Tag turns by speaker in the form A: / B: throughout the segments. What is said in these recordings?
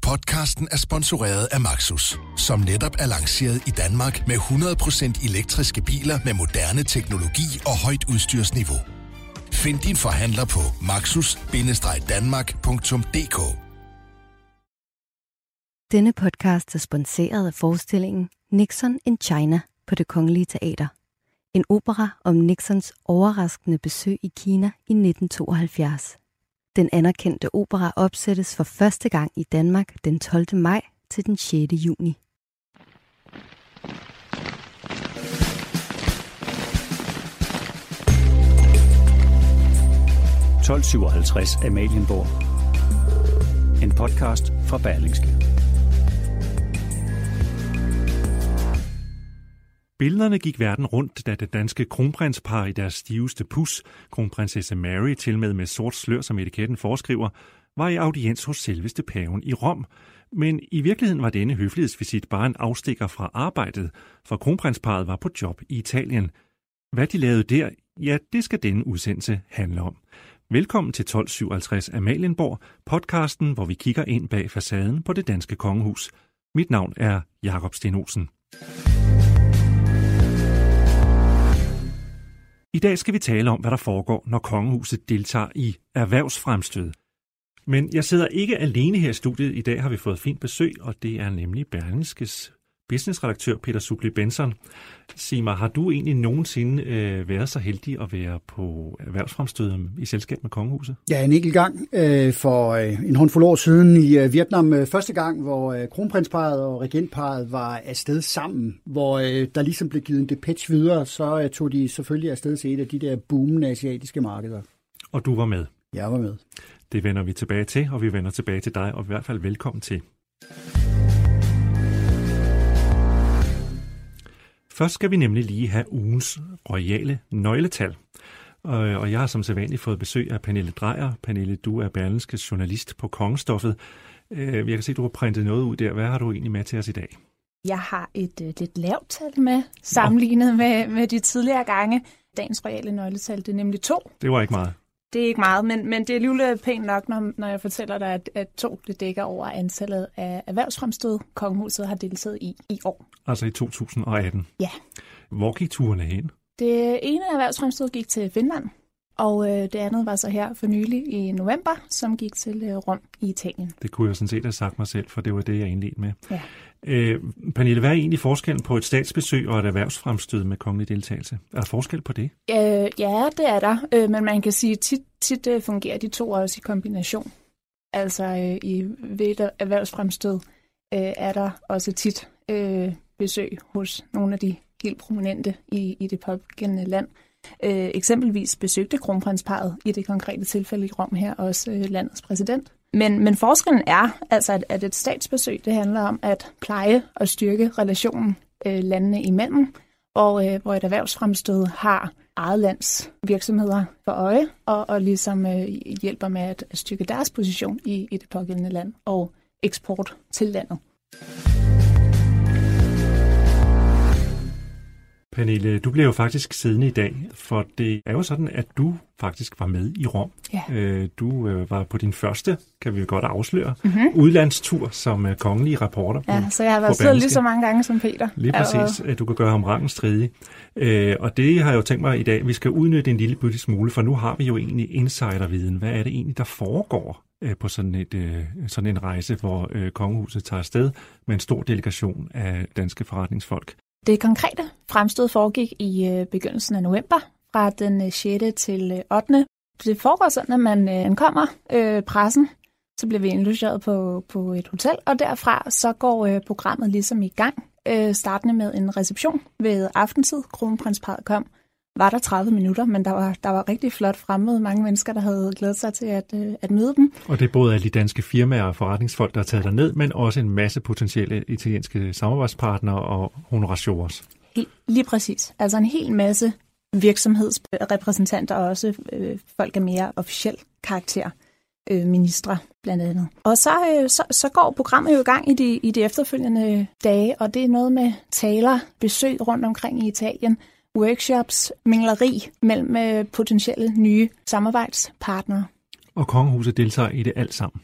A: Podcasten er sponsoreret af Maxus, som netop er lanceret i Danmark med 100% elektriske biler med moderne teknologi og højt udstyrsniveau. Find din forhandler på maxus-danmark.dk.
B: Denne podcast er sponsoreret af forestillingen Nixon in China på Det Kongelige Teater. En opera om Nixons overraskende besøg i Kina i 1972. Den anerkendte opera opsættes for første gang i Danmark den 12. maj til den 6. juni.
C: (1257) Amalienborg. En podcast fra Berlingske.
D: Billederne gik verden rundt, da det danske kronprinspar i deres stiveste pus, kronprinsesse Mary, tilmed med sort slør, som etiketten foreskriver, var i audiens hos selveste paven i Rom. Men i virkeligheden var denne høflighedsvisit bare en afstikker fra arbejdet, for kronprinsparet var på job i Italien. Hvad de lavede der, ja, det skal denne udsendelse handle om. Velkommen til 1257 Amalienborg, podcasten, hvor vi kigger ind bag facaden på det danske kongehus. Mit navn er Jakob Sten Olsen. I dag skal vi tale om, hvad der foregår, når kongehuset deltager i erhvervsfremstød. Men jeg sidder ikke alene her i studiet. I dag har vi fået fint besøg, og det er nemlig Berlingskes businessredaktør Peter Sugli Bentzon. Sig mig, har du egentlig nogensinde været så heldig at være på erhvervsfremstød i selskab med kongehuset?
E: Ja, en enkelt gang for en håndfuld år siden i Vietnam. Første gang, hvor kronprinsparet og regentparet var afsted sammen, hvor der ligesom blev givet en depeche videre, så tog de selvfølgelig afsted til et af de der boomende asiatiske markeder.
D: Og du var med?
E: Jeg var med.
D: Det vender vi tilbage til, og vi vender tilbage til dig, og i hvert fald velkommen til. Først skal vi nemlig lige have ugens royale nøgletal. Og jeg har som sædvanligt fået besøg af Pernille Dreyer. Pernille, du er Berlingskes journalist på kongestoffet. Jeg kan se, at du har printet noget ud der. Hvad har du egentlig med til os i dag?
F: Jeg har et lidt lavt tal med, sammenlignet med de tidligere gange. Dagens royale nøgletal, det er nemlig 2.
D: Det var ikke meget.
F: Det er ikke meget, men det er alligevel pænt nok, når jeg fortæller dig, at 2 det dækker over antallet af erhvervsfremstød, kongehuset har deltaget i år.
D: Altså i 2018?
F: Ja.
D: Hvor gik turene hen?
F: Det ene erhvervsfremstød gik til Finland, og det andet var så her for nylig i november, som gik til Rom i Italien.
D: Det kunne jeg sådan set have sagt mig selv, for det var det, jeg indledte med.
F: Ja.
D: Pernille, hvad er egentlig forskellen på et statsbesøg og et erhvervsfremstød med kongelig deltagelse? Er der forskel på det?
F: Ja, det er der, men man kan sige, tit fungerer de to også i kombination. Altså ved et erhvervsfremstød er der også tit besøg hos nogle af de helt prominente i det pågældende land. Eksempelvis besøgte kronprinsparet i det konkrete tilfælde i Rom her også landets præsident. Men forskellen er altså, at et statsbesøg det handler om at pleje og styrke relationen landene imellem, og hvor et erhvervsfremstød har eget lands virksomheder for øje, og ligesom hjælper med at styrke deres position i det pågældende land og eksport til landet.
D: Pernille, du bliver jo faktisk siddende i dag, for det er jo sådan, at du faktisk var med i Rom.
F: Ja.
D: Du var på din første, kan vi jo godt afsløre, udlandstur som kongelig reporter.
F: Ja, så jeg har været siddet lige så mange gange som Peter.
D: Lige præcis, at du kan gøre ham rangen stridig. Og det har jeg jo tænkt mig i dag, vi skal udnytte en lille bitte smule, for nu har vi jo egentlig insiderviden. Hvad er det egentlig, der foregår på sådan en rejse, hvor kongehuset tager afsted med en stor delegation af danske forretningsfolk?
F: Det konkrete fremstød foregik i begyndelsen af november, fra den 6. til 8. Det foregår sådan, at man ankommer pressen, så bliver vi indlogeret på et hotel, og derfra så går programmet ligesom i gang, startende med en reception ved aftentid. Kronprinsparet kom, var der 30 minutter, men der var rigtig flot fremmøde, mange mennesker, der havde glædet sig til at møde dem.
D: Og det er både alle de danske firmaer og forretningsfolk, der har taget derned, men også en masse potentielle italienske samarbejdspartnere og honoratiores.
F: Lige præcis. Altså en hel masse virksomhedsrepræsentanter og også folk af mere officiel karakter. Ministre blandt andet. Og så går programmet jo i gang i de efterfølgende dage, og det er noget med taler, besøg rundt omkring i Italien, workshops, mingleri mellem potentielle nye samarbejdspartnere.
D: Og kongehuset deltager i det alt sammen?
F: Ja,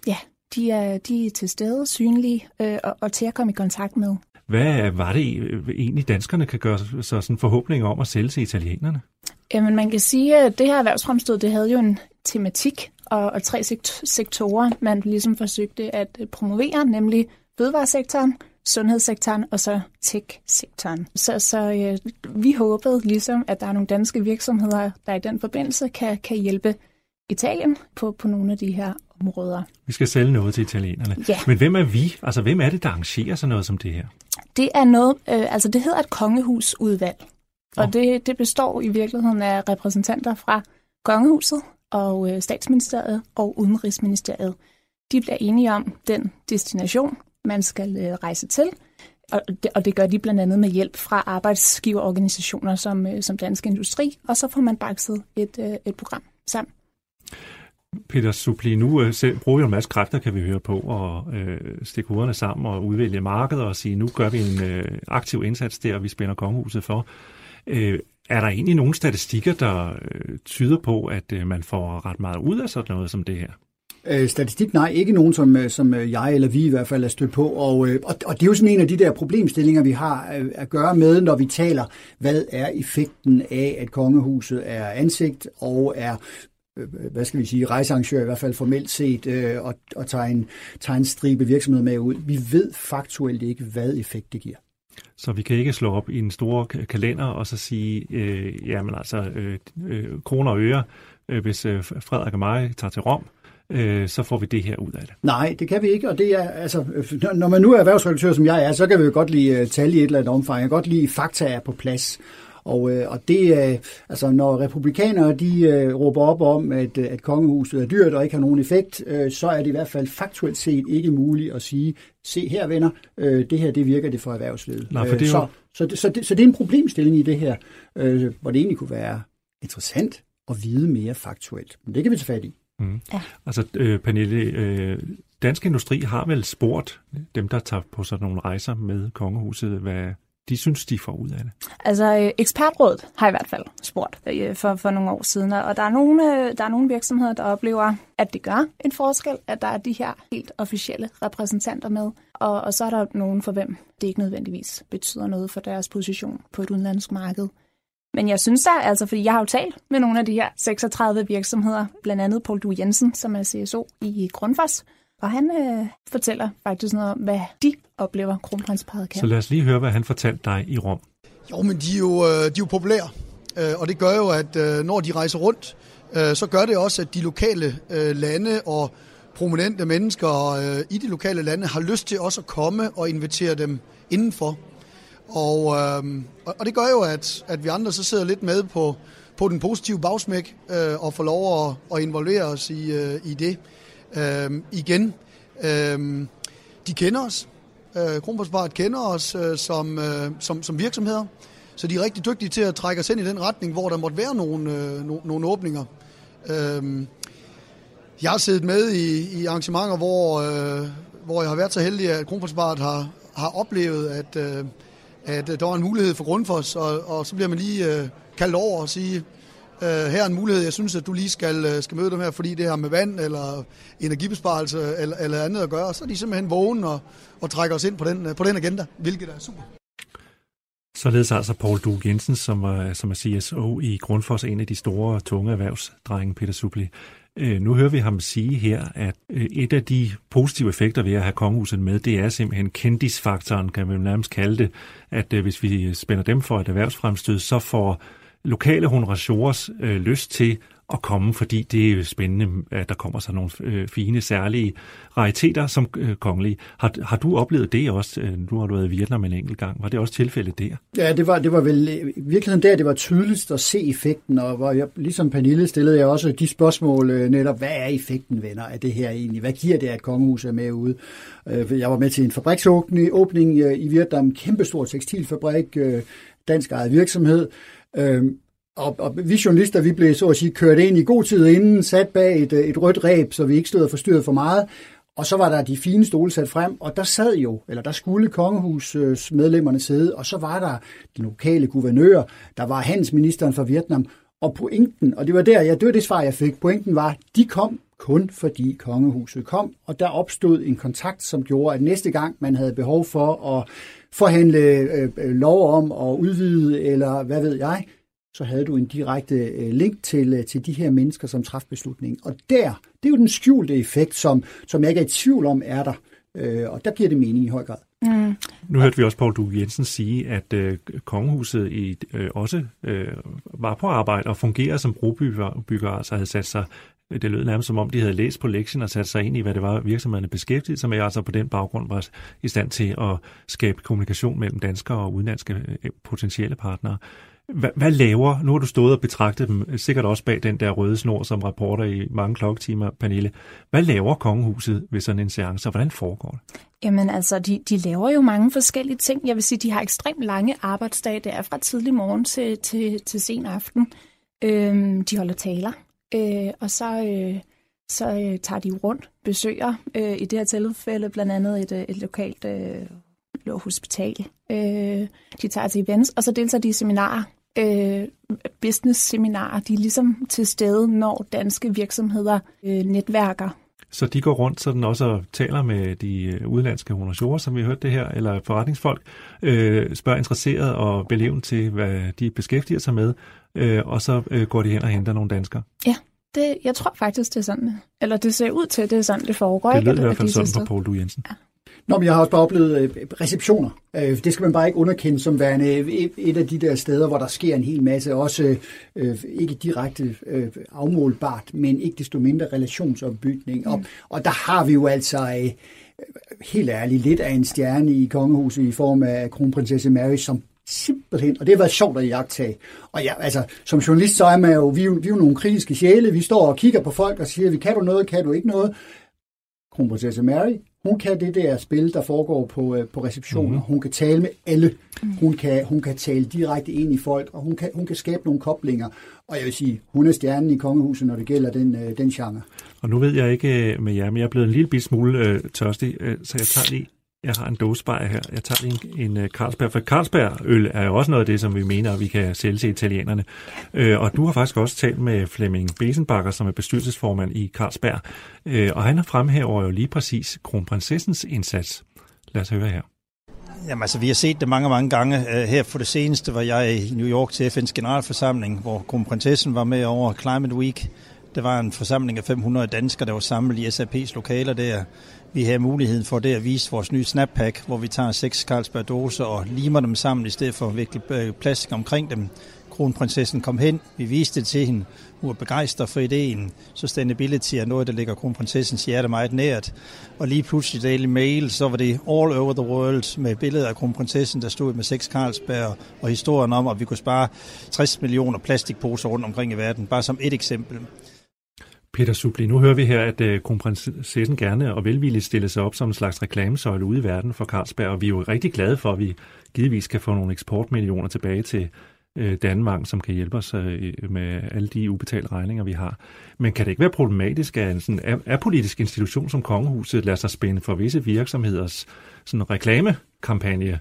F: De er til stede, synlige og til at komme i kontakt med.
D: Hvad var det egentlig, danskerne kan gøre sig sådan forhåbninger om at sælge til italienerne?
F: Jamen, man kan sige, at det her erhvervsfremstød, det havde jo en tematik og 3 sektorer, man ligesom forsøgte at promovere, nemlig fødevaresektoren, sundhedssektoren og så tech-sektoren. Så vi håbede ligesom, at der er nogle danske virksomheder, der i den forbindelse kan hjælpe Italien på nogle af de her områder. Vi skal sælge noget til italienerne. Ja. Men hvem er vi? Altså, hvem er det, der arrangerer sådan noget som det her? Det er noget, det hedder et kongehusudvalg. Og det består i virkeligheden af repræsentanter fra kongehuset og statsministeriet og udenrigsministeriet. De bliver enige om den destination, man skal rejse til, og det gør de blandt andet med hjælp fra arbejdsgiverorganisationer som Dansk Industri, og så får man bakset et program sammen. Peter Suppli, nu bruger vi en masse kræfter, kan vi høre på, og stikke hovederne sammen og udvælge markedet og sige, nu gør vi en aktiv indsats der, og vi spænder kongehuset for. Er der egentlig nogle statistikker, der tyder på, at man får ret meget ud af sådan noget som det her?
E: Statistik, nej, ikke nogen, som jeg eller vi i hvert fald er stødt på, og det er jo sådan en af de der problemstillinger, vi har at gøre med, når vi taler, hvad er effekten af, at kongehuset er ansigt og er rejsearrangør i hvert fald formelt set, og tager en stribe virksomhed med ud. Vi ved faktuelt ikke, hvad effekt det giver. Så vi kan ikke slå op i en stor kalender og så sige, kroner og øre, hvis Frederik og mig tager til Rom, så får vi det her ud af det. Nej, det kan vi ikke, og det er, når man nu er erhvervsredaktør, som jeg er, så kan vi jo godt lide tal i et eller andet omfang. Jeg kan godt lide, fakta er på plads. Og det, når republikanere de råber op om, at kongehuset er dyrt og ikke har nogen effekt, så er det i hvert fald faktuelt set ikke muligt at sige, se her venner, det her det virker det for erhvervslivet. Nej, for det så det er en problemstilling i det her, hvor det egentlig kunne være interessant at vide mere faktuelt. Men det kan vi tage fat i. Mm. Ja.
D: Pernille, Dansk Industri har vel spurgt dem, der tager på sådan nogle rejser med kongehuset, hvad de synes, de får ud af det?
F: Ekspertrådet har i hvert fald spurgt for nogle år siden, og der er nogle virksomheder, der oplever, at det gør en forskel, at der er de her helt officielle repræsentanter med, og så er der nogen for hvem det ikke nødvendigvis betyder noget for deres position på et udenlandsk marked. Men jeg synes fordi jeg har jo talt med nogle af de her 36 virksomheder, blandt andet Poul Due Jensen, som er CSO i Grundfos, og han fortæller faktisk noget om, hvad de oplever kronprinsparret kan.
D: Så lad os lige høre, hvad han fortalte dig i Rom.
G: Jo, men de er jo populære, og det gør jo, at når de rejser rundt, så gør det også, at de lokale lande og prominente mennesker i de lokale lande har lyst til også at komme og invitere dem indenfor. Og det gør jo, at vi andre så sidder lidt med på den positive bagsmæk og får lov at involvere os i det. Igen, de kender os. Kronprinsparret kender os som virksomheder, så de er rigtig dygtige til at trække os ind i den retning, hvor der måtte være nogle åbninger. Jeg har siddet med i arrangementer, hvor jeg har været så heldig, at Kronprinsparret har oplevet, at der var en mulighed for Grundfos, og så bliver man lige kaldt over og sige, her er en mulighed, jeg synes, at du lige skal møde dem her, fordi det har med vand eller energibesparelse eller andet at gøre. Så er de simpelthen vågen og trækker os ind på den agenda, hvilket er super.
D: Således altså Poul Due Jensen, som er CSO i Grundfos, en af de store, tunge erhvervsdrenge, Peter Suppli. Nu hører vi ham sige her, at et af de positive effekter ved at have kongehuset med, det er simpelthen kendisfaktoren, kan man nærmest kalde det, at hvis vi spænder dem for et erhvervsfremstød, så får lokale honoratiores lyst til at komme, fordi det er spændende, at der kommer så nogle fine, særlige rariteter som kongelige. Har du oplevet det også? Nu har du været i Vietnam en enkelt gang. Var det også tilfældet der?
E: Ja, det var vel i virkeligheden der, det var tydeligst at se effekten, og hvor jeg, ligesom Pernille stillede jeg også de spørgsmål netop, hvad er effekten, venner, af det her egentlig? Hvad giver det, at kongehuset er med ude? Jeg var med til en fabriksåbning i Vietnam, kæmpestor tekstilfabrik, dansk ejet virksomhed, og vi journalister, vi blev så at sige kørt ind i god tid inden, sat bag et rødt reb, så vi ikke stod og forstyrrede for meget. Og så var der de fine stole sat frem, og der skulle kongehusmedlemmerne sidde, og så var der de lokale guvernører, der var handelsministeren fra Vietnam, og pointen, og det var det svar, jeg fik, pointen var, de kom kun fordi kongehuset kom, og der opstod en kontakt, som gjorde, at næste gang man havde behov for at forhandle lov om at udvide, eller hvad ved jeg, så havde du en direkte link til de her mennesker, som traf beslutningen. Og det er jo den skjulte effekt, som jeg ikke er i tvivl om er der. Og der giver det mening i høj grad.
D: Mm. Nu hørte vi også Poul Due Jensen sige, at kongehuset også var på arbejde og fungerer som brobygger, altså havde sat sig, det lød nærmest som om, de havde læst på lektien og sat sig ind i, hvad det var, virksomhederne beskæftigede sig med, altså på den baggrund var i stand til at skabe kommunikation mellem danskere og udenlandske potentielle partnere. Hvad laver, nu har du stået og betragtet dem, sikkert også bag den der røde snor som reporter i mange klokketimer, Pernille. Hvad laver kongehuset ved sådan en seance, og hvordan foregår det?
F: Jamen altså, de laver jo mange forskellige ting. Jeg vil sige, de har ekstremt lange arbejdsdage. Det er fra tidlig morgen til sen aften. De holder taler, og så tager de rundt, besøger i det her tilfælde blandt andet et lokalt hospital. De tager til events, og så deltager de i seminarer, business-seminarer. De er ligesom til stede, når danske virksomheder netværker.
D: Så de går rundt sådan også og taler med de udenlandske honorarer, som vi hørte det her, eller forretningsfolk, spørger interesseret og belevent til, hvad de beskæftiger sig med, og så går de hen og henter nogle danskere. Ja,
F: jeg tror faktisk, det er sådan, eller det ser ud til, det er sådan, det foregår.
D: Det lyder i hvert fald sådan på Poul Due Jensen. Ja.
E: Nå, men jeg har også bare oplevet receptioner. Det skal man bare ikke underkende som værende et af de der steder, hvor der sker en hel masse, også ikke direkte afmålbart, men ikke desto mindre relationsopbygning. Og der har vi jo altså helt ærligt lidt af en stjerne i kongehuset i form af kronprinsesse Mary, som simpelthen, og det har været sjovt at iagttage. Og ja, altså, som journalist, så er man jo, vi er jo nogle kritiske sjæle. Vi står og kigger på folk og siger, kan du noget, kan du ikke noget? Kronprinsesse Mary, hun kan det der spil, der foregår på receptioner. Hun kan tale med alle. Hun kan tale direkte ind i folk, og hun kan skabe nogle koblinger. Og jeg vil sige, hun er stjernen i kongehuset, når det gælder den genre.
D: Og nu ved jeg ikke med jer, men jeg er blevet en lille smule tørstig, så jeg tager lige, jeg har en dåsebajer her. Jeg tager lige en Carlsberg, for Carlsberg-øl er jo også noget af det, som vi mener, vi kan sælge til italienerne. Og du har faktisk også talt med Flemming Besenbacher, som er bestyrelsesformand i Carlsberg. Og han har fremhæver jo lige præcis kronprinsessens indsats. Lad os høre her.
H: Jamen altså, vi har set det mange gange. Her for det seneste var jeg i New York til FN's generalforsamling, hvor kronprinsessen var med over Climate Week. Det var en forsamling af 500 danskere, der var samlet i SAP's lokaler der. Vi havde muligheden for det at vise vores nye snappack, hvor vi tager 6 Carlsberg-dåser og limer dem sammen, i stedet for at vikle plastik omkring dem. Kronprinsessen kom hen, vi viste det til hende. Hun var begejstret for ideen. Sustainability er noget, der ligger kronprinsessens hjerte meget nært. Og lige pludselig Daily Mail, så var det all over the world med billeder af kronprinsessen, der stod med 6 Carlsberg, og historien om, at vi kunne spare 60 millioner plastikposer rundt omkring i verden, bare som et eksempel.
D: Peter Subli, nu hører vi her, at kronprinsessen gerne og velvilligt stiller sig op som en slags reklamesøjle ude i verden for Carlsberg, og vi er jo rigtig glade for, at vi givetvis kan få nogle eksportmillioner tilbage til Danmark, som kan hjælpe os med alle de ubetalte regninger, vi har. Men kan det ikke være problematisk, at en sådan apolitisk institution som kongehuset lader sig spænde for visse virksomheders sådan reklamekampagne?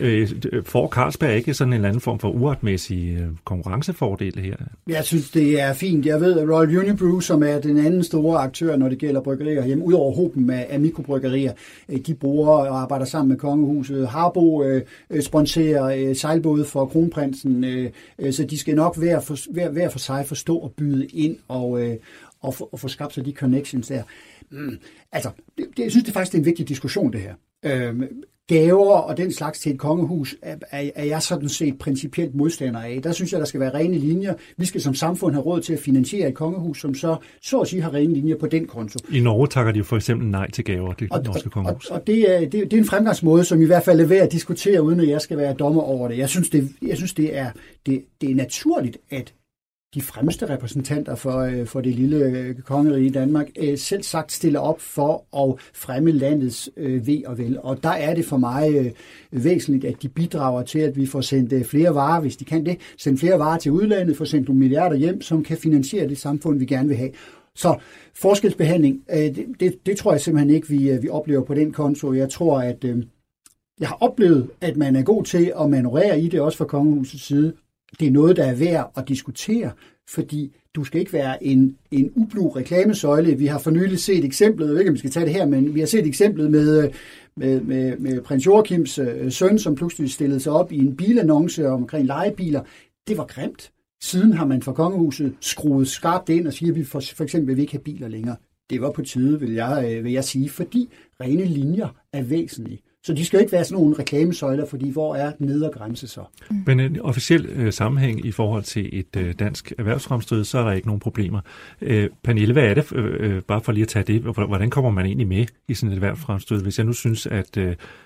D: Får Carlsberg ikke sådan en eller anden form for uretmæssig konkurrencefordel her? Jeg
E: synes, det er fint. Jeg ved, at Royal Unibrew, som er den anden store aktør, når det gælder bryggerier hjemme, ud over hoben af mikrobryggerier, de bruger og arbejder sammen med kongehuset. Harbo sponsorer sejlbåde for kronprinsen, så de skal nok hver for sig forstå og byde ind og få skabt sig de connections der. Altså, jeg synes, det er faktisk en vigtig diskussion, det her. Gaver og den slags til et kongehus er jeg sådan set principielt modstander af. Der synes jeg, der skal være rene linjer. Vi skal som samfund have råd til at finansiere et kongehus, som så at sige har rene linjer på den konto.
D: I Norge takker de jo for eksempel nej til gaver til det norske kongehus.
E: Og det er en fremgangsmåde, som i hvert fald er værd at diskutere, uden at jeg skal være dommer over det. Jeg synes, det er naturligt, at de fremmeste repræsentanter for det lille kongerige i Danmark selv sagt stiller op for at fremme landets ve og vel. Og der er det for mig væsentligt, at de bidrager til, at vi får sendt flere varer, hvis de kan det, sendt flere varer til udlandet, får sendt nogle milliarder hjem, som kan finansiere det samfund, vi gerne vil have. Så forskelsbehandling, det tror jeg simpelthen ikke, vi oplever på den konto. Jeg tror, at jeg har oplevet, at man er god til at manøvrere i det, også fra kongehusets side. det er noget, der er værd at diskutere, fordi du skal ikke være en ublu reklamesøjle. Vi har for nylig set eksemplet, jeg ved ikke, om vi skal tage det her, men vi har set eksemplet med prins Joachims søn, som pludselig stillede sig op i en bilannonce omkring lejebiler. Det var grimt. Siden har man fra kongehuset skruet skarpt ind og siger, at vi for eksempel vil vi ikke have biler længere. Det var på tide, vil jeg sige, fordi rene linjer er væsentlige. Så de skal ikke være sådan nogle reklamesøjler, fordi hvor er den nedre grænse så?
D: Men en officiel sammenhæng i forhold til et dansk erhvervsfremstød, så er der ikke nogen problemer. Pernille, hvad er det, bare for lige at tage det, hvordan kommer man egentlig med i sådan et erhvervsfremstød? Hvis jeg nu synes, at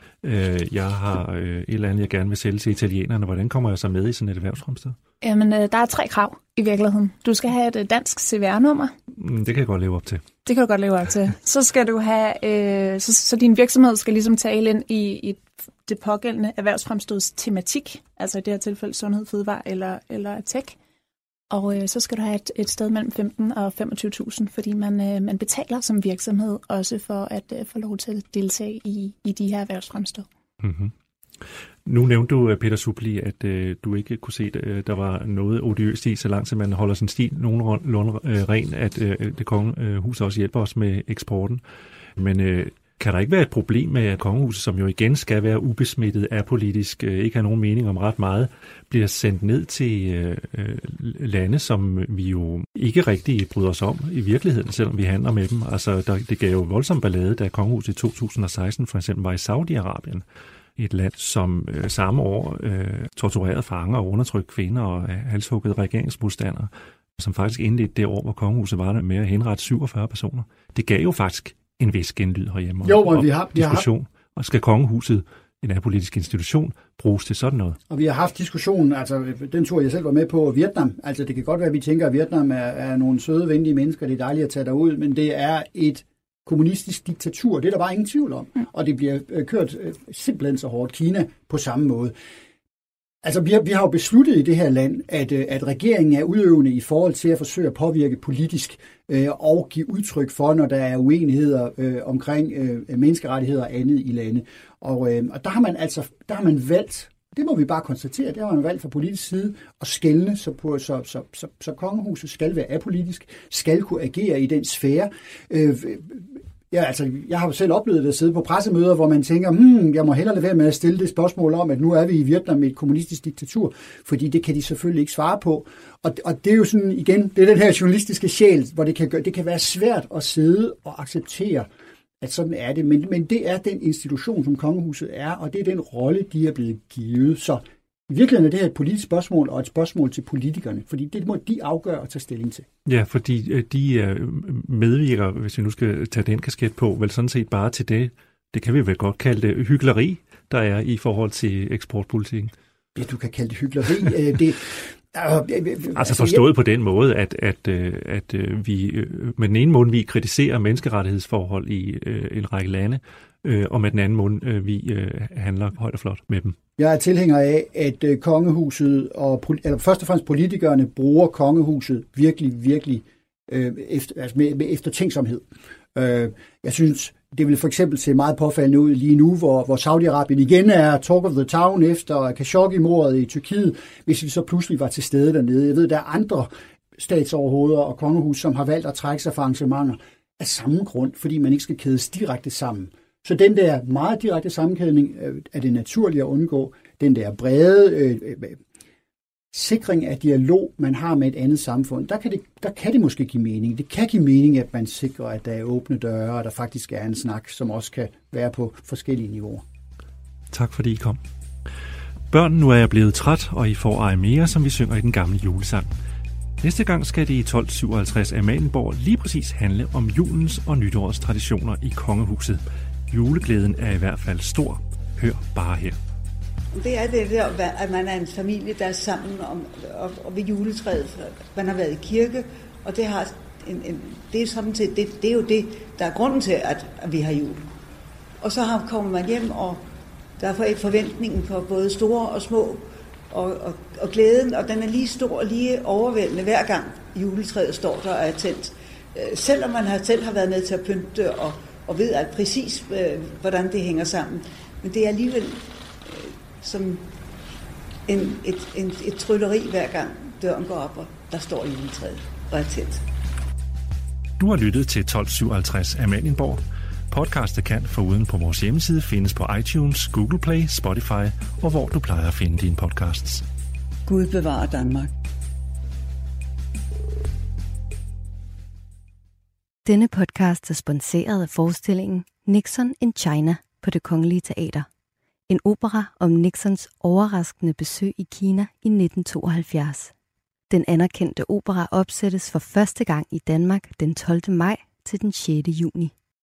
D: jeg har et eller andet, jeg gerne vil sælge til italienerne, hvordan kommer jeg så med i sådan et erhvervsfremstød?
F: Jamen, der er 3 krav i virkeligheden. Du skal have et dansk CVR-nummer.
D: Det kan jeg godt leve op til.
F: Det kan du godt leve op til. Så skal du have, så din virksomhed skal ligesom tale ind i det pågældende erhvervsfremstøds tematik, altså i det her tilfælde sundhed, fødevare eller tech. Og så skal du have et sted mellem 15 og 25.000, fordi man betaler som virksomhed også for at få lov til at deltage i de her erhvervsfremstød. Mm-hmm.
D: Nu nævnte du, Peter Suppli, at du ikke kunne se, at der var noget odiøst i, så langt som man holder sin stil nogenlunde ren, at det kongehus også hjælper os med eksporten. Men kan der ikke være et problem med, at kongehuset, som jo igen skal være ubesmittet, apolitisk, ikke har nogen mening om ret meget, bliver sendt ned til lande, som vi jo ikke rigtig bryder os om i virkeligheden, selvom vi handler med dem. Altså, det gav jo voldsom ballade, da kongehuset i 2016 for eksempel var i Saudi-Arabien. Et land, som samme år torturerede fanger og undertrykte kvinder og halshuggede regeringsmodstandere, som faktisk indledte det år, hvor kongehuset var der med at henrette 47 personer. Det gav jo faktisk en vis genlyd herhjemme.
E: Jo, og vi har
D: diskussion. Og skal kongehuset, en apolitisk institution, bruges til sådan noget?
E: Og vi har haft diskussionen, altså den tur, jeg selv var med på, Vietnam. Altså det kan godt være, at vi tænker, at Vietnam er nogle søde, venlige mennesker, det er dejligt at tage derud, men det er et kommunistisk diktatur, det er der bare ingen tvivl om. Og det bliver kørt simpelthen så hårdt. Kina på samme måde. Altså, vi har jo besluttet i det her land, at regeringen er udøvende i forhold til at forsøge at påvirke politisk og give udtryk for, når der er uenigheder omkring menneskerettigheder og andet i lande. Og der har man valgt, det må vi bare konstatere, det har man valgt fra politisk side at skelne, så kongehuset skal være apolitisk, skal kunne agere i den sfære. Jeg har jo selv oplevet det at sidde på pressemøder, hvor man tænker, jeg må hellere lade være med at stille det spørgsmål om, at nu er vi i Vietnam med et kommunistisk diktatur, fordi det kan de selvfølgelig ikke svare på. Og det er jo sådan, igen, det er den her journalistiske sjæl, hvor det kan være svært at sidde og acceptere, at sådan er det. Men det er den institution, som kongehuset er, og det er den rolle, de er blevet givet. Så i virkeligheden er det her et politisk spørgsmål og et spørgsmål til politikerne, fordi det må de afgøre og tage stilling til.
D: Ja, fordi de medvirker, hvis vi nu skal tage den kasket på, vel sådan set bare til det kan vi vel godt kalde det hykleri, der er i forhold til eksportpolitikken.
E: Ja, du kan kalde det hykleri.
D: Altså forstået på den måde, at vi med den ene måde, vi kritiserer menneskerettighedsforhold i en række lande, og med den anden måde, vi handler højt og flot med dem.
E: Jeg er tilhænger af, at kongehuset, eller først og fremmest politikerne, bruger kongehuset virkelig med eftertænksomhed. Jeg synes, det vil for eksempel se meget påfaldende ud lige nu, hvor Saudi-Arabien igen er talk of the town efter Khashoggi-mordet i Tyrkiet, hvis vi så pludselig var til stede dernede. Jeg ved, der er andre statsoverhoveder og kongehus, som har valgt at trække sig fra arrangementer af samme grund, fordi man ikke skal kædes direkte sammen. Så den der meget direkte sammenkædning er det naturligt at undgå. Den der brede sikring af dialog, man har med et andet samfund, der kan det måske give mening. Det kan give mening, at man sikrer, at der er åbne døre, og der faktisk er en snak, som også kan være på forskellige niveauer.
D: Tak fordi I kom. Børn, nu er jeg blevet træt, og I får ej mere, som vi synger i den gamle julesang. Næste gang skal det i 1257 Amalienborg lige præcis handle om julens og nytårets traditioner i kongehuset. Juleglæden er i hvert fald stor. Hør bare her.
I: Det er det der, at man er en familie, der er sammen og ved juletræet. Man har været i kirke, og det har det er sådan set, det er jo det, der er grunden til, at vi har jul. Og så kommer man hjem, og derfor er forventningen for både store og små, og glæden, og den er lige stor og lige overvældende hver gang juletræet står der og er tændt. Selvom man selv har været med til at pynte og ved at præcis, hvordan det hænger sammen. Men det er alligevel som et trylleri hver gang døren går op, og der står juletræet og er tæt.
D: Du har lyttet til 1257 Amalienborg. Podcastet kan foruden på vores hjemmeside findes på iTunes, Google Play, Spotify og hvor du plejer at finde dine podcasts.
I: Gud bevarer Danmark.
B: Denne podcast er sponsoreret af forestillingen Nixon in China på Det Kongelige Teater. En opera om Nixons overraskende besøg i Kina i 1972. Den anerkendte opera opsættes for første gang i Danmark den 12. maj til den 6. juni.